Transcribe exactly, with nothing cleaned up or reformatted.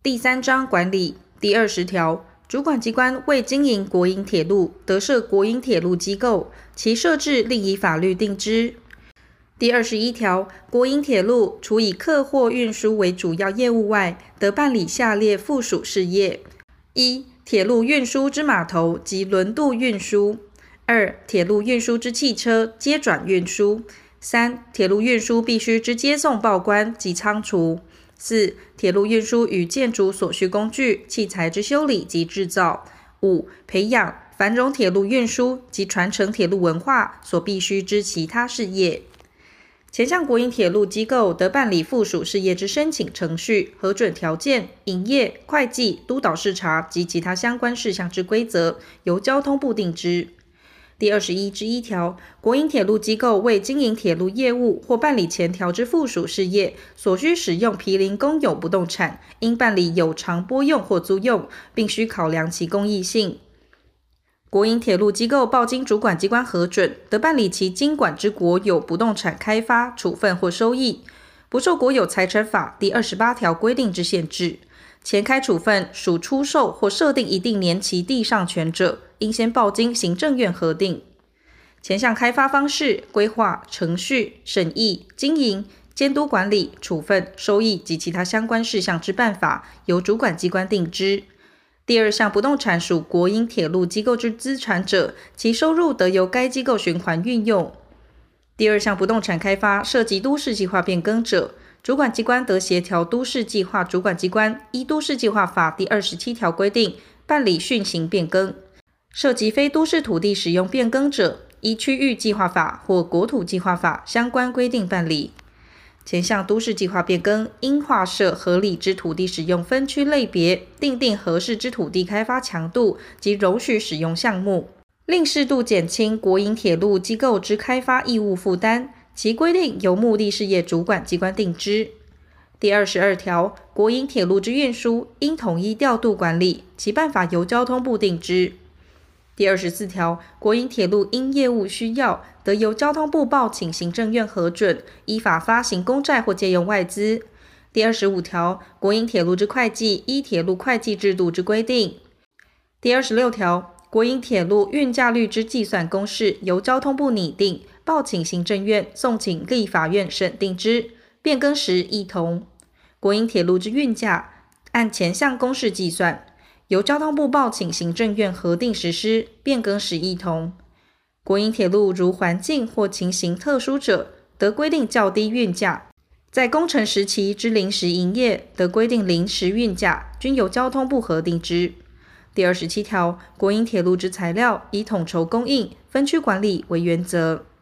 第三章管理第二十条，主管机关为经营国营铁路，得设国营铁路机构，其设置另依法律定之。第二十一条，国营铁路除以客货运输为主要业务外，得办理下列附属事业：一、铁路运输之码头及轮渡运输；二、铁路运输之汽车接转运输；三、铁路运输必须之接送报关及仓储；四、铁路运输与建筑所需工具、器材之修理及制造；五、培养、繁荣铁路运输及传承铁路文化所必须之其他事业。前项国营铁路机构得办理附属事业之申请程序、核准条件、营业、会计、督导视察及其他相关事项之规则，由交通部定之。第二十一之一条，国营铁路机构为经营铁路业务或办理前条之附属事业，所需使用毗邻公有不动产，应办理有偿拨用或租用，并需考量其公益性。国营铁路机构报经主管机关核准，得办理其经管之国有不动产开发、处分或收益，不受国有财产法第二十八条规定之限制。前开处分属出售或设定一定年期地上权者，应先报经行政院核定。前项开发方式、规划、程序、审议、经营、监督管理、处分、收益及其他相关事项之办法，由主管机关定之。第二项不动产属国营铁路机构之资产者，其收入得由该机构循环运用。第二项不动产开发涉及都市计划变更者，主管机关得协调都市计划主管机关依都市计划法第二十七条规定办理训行变更。涉及非都市土地使用变更者，依区域计划法或国土计划法相关规定办理。前项都市计划变更，应划设合理之土地使用分区类别，订定合适之土地开发强度及容许使用项目，另适度减轻国营铁路机构之开发义务负担，其规定由目的事业主管机关定之。第二十二条，国营铁路之运输应统一调度管理，其办法由交通部定之。第二十四条，国营铁路因业务需要，得由交通部报请行政院核准，依法发行公债或借用外资。第二十五条，国营铁路之会计依铁路会计制度之规定。第二十六条，国营铁路运价率之计算公式由交通部拟定，报请行政院，送请立法院审定之，变更时一同。国营铁路之运价按前项公式计算，由交通部报请行政院核定实施，变更时一同。国营铁路如环境或情形特殊者，得规定较低运价；在工程时期之临时营业，得规定临时运价，均由交通部核定之。第二十七条，国营铁路之材料以统筹供应、分区管理为原则。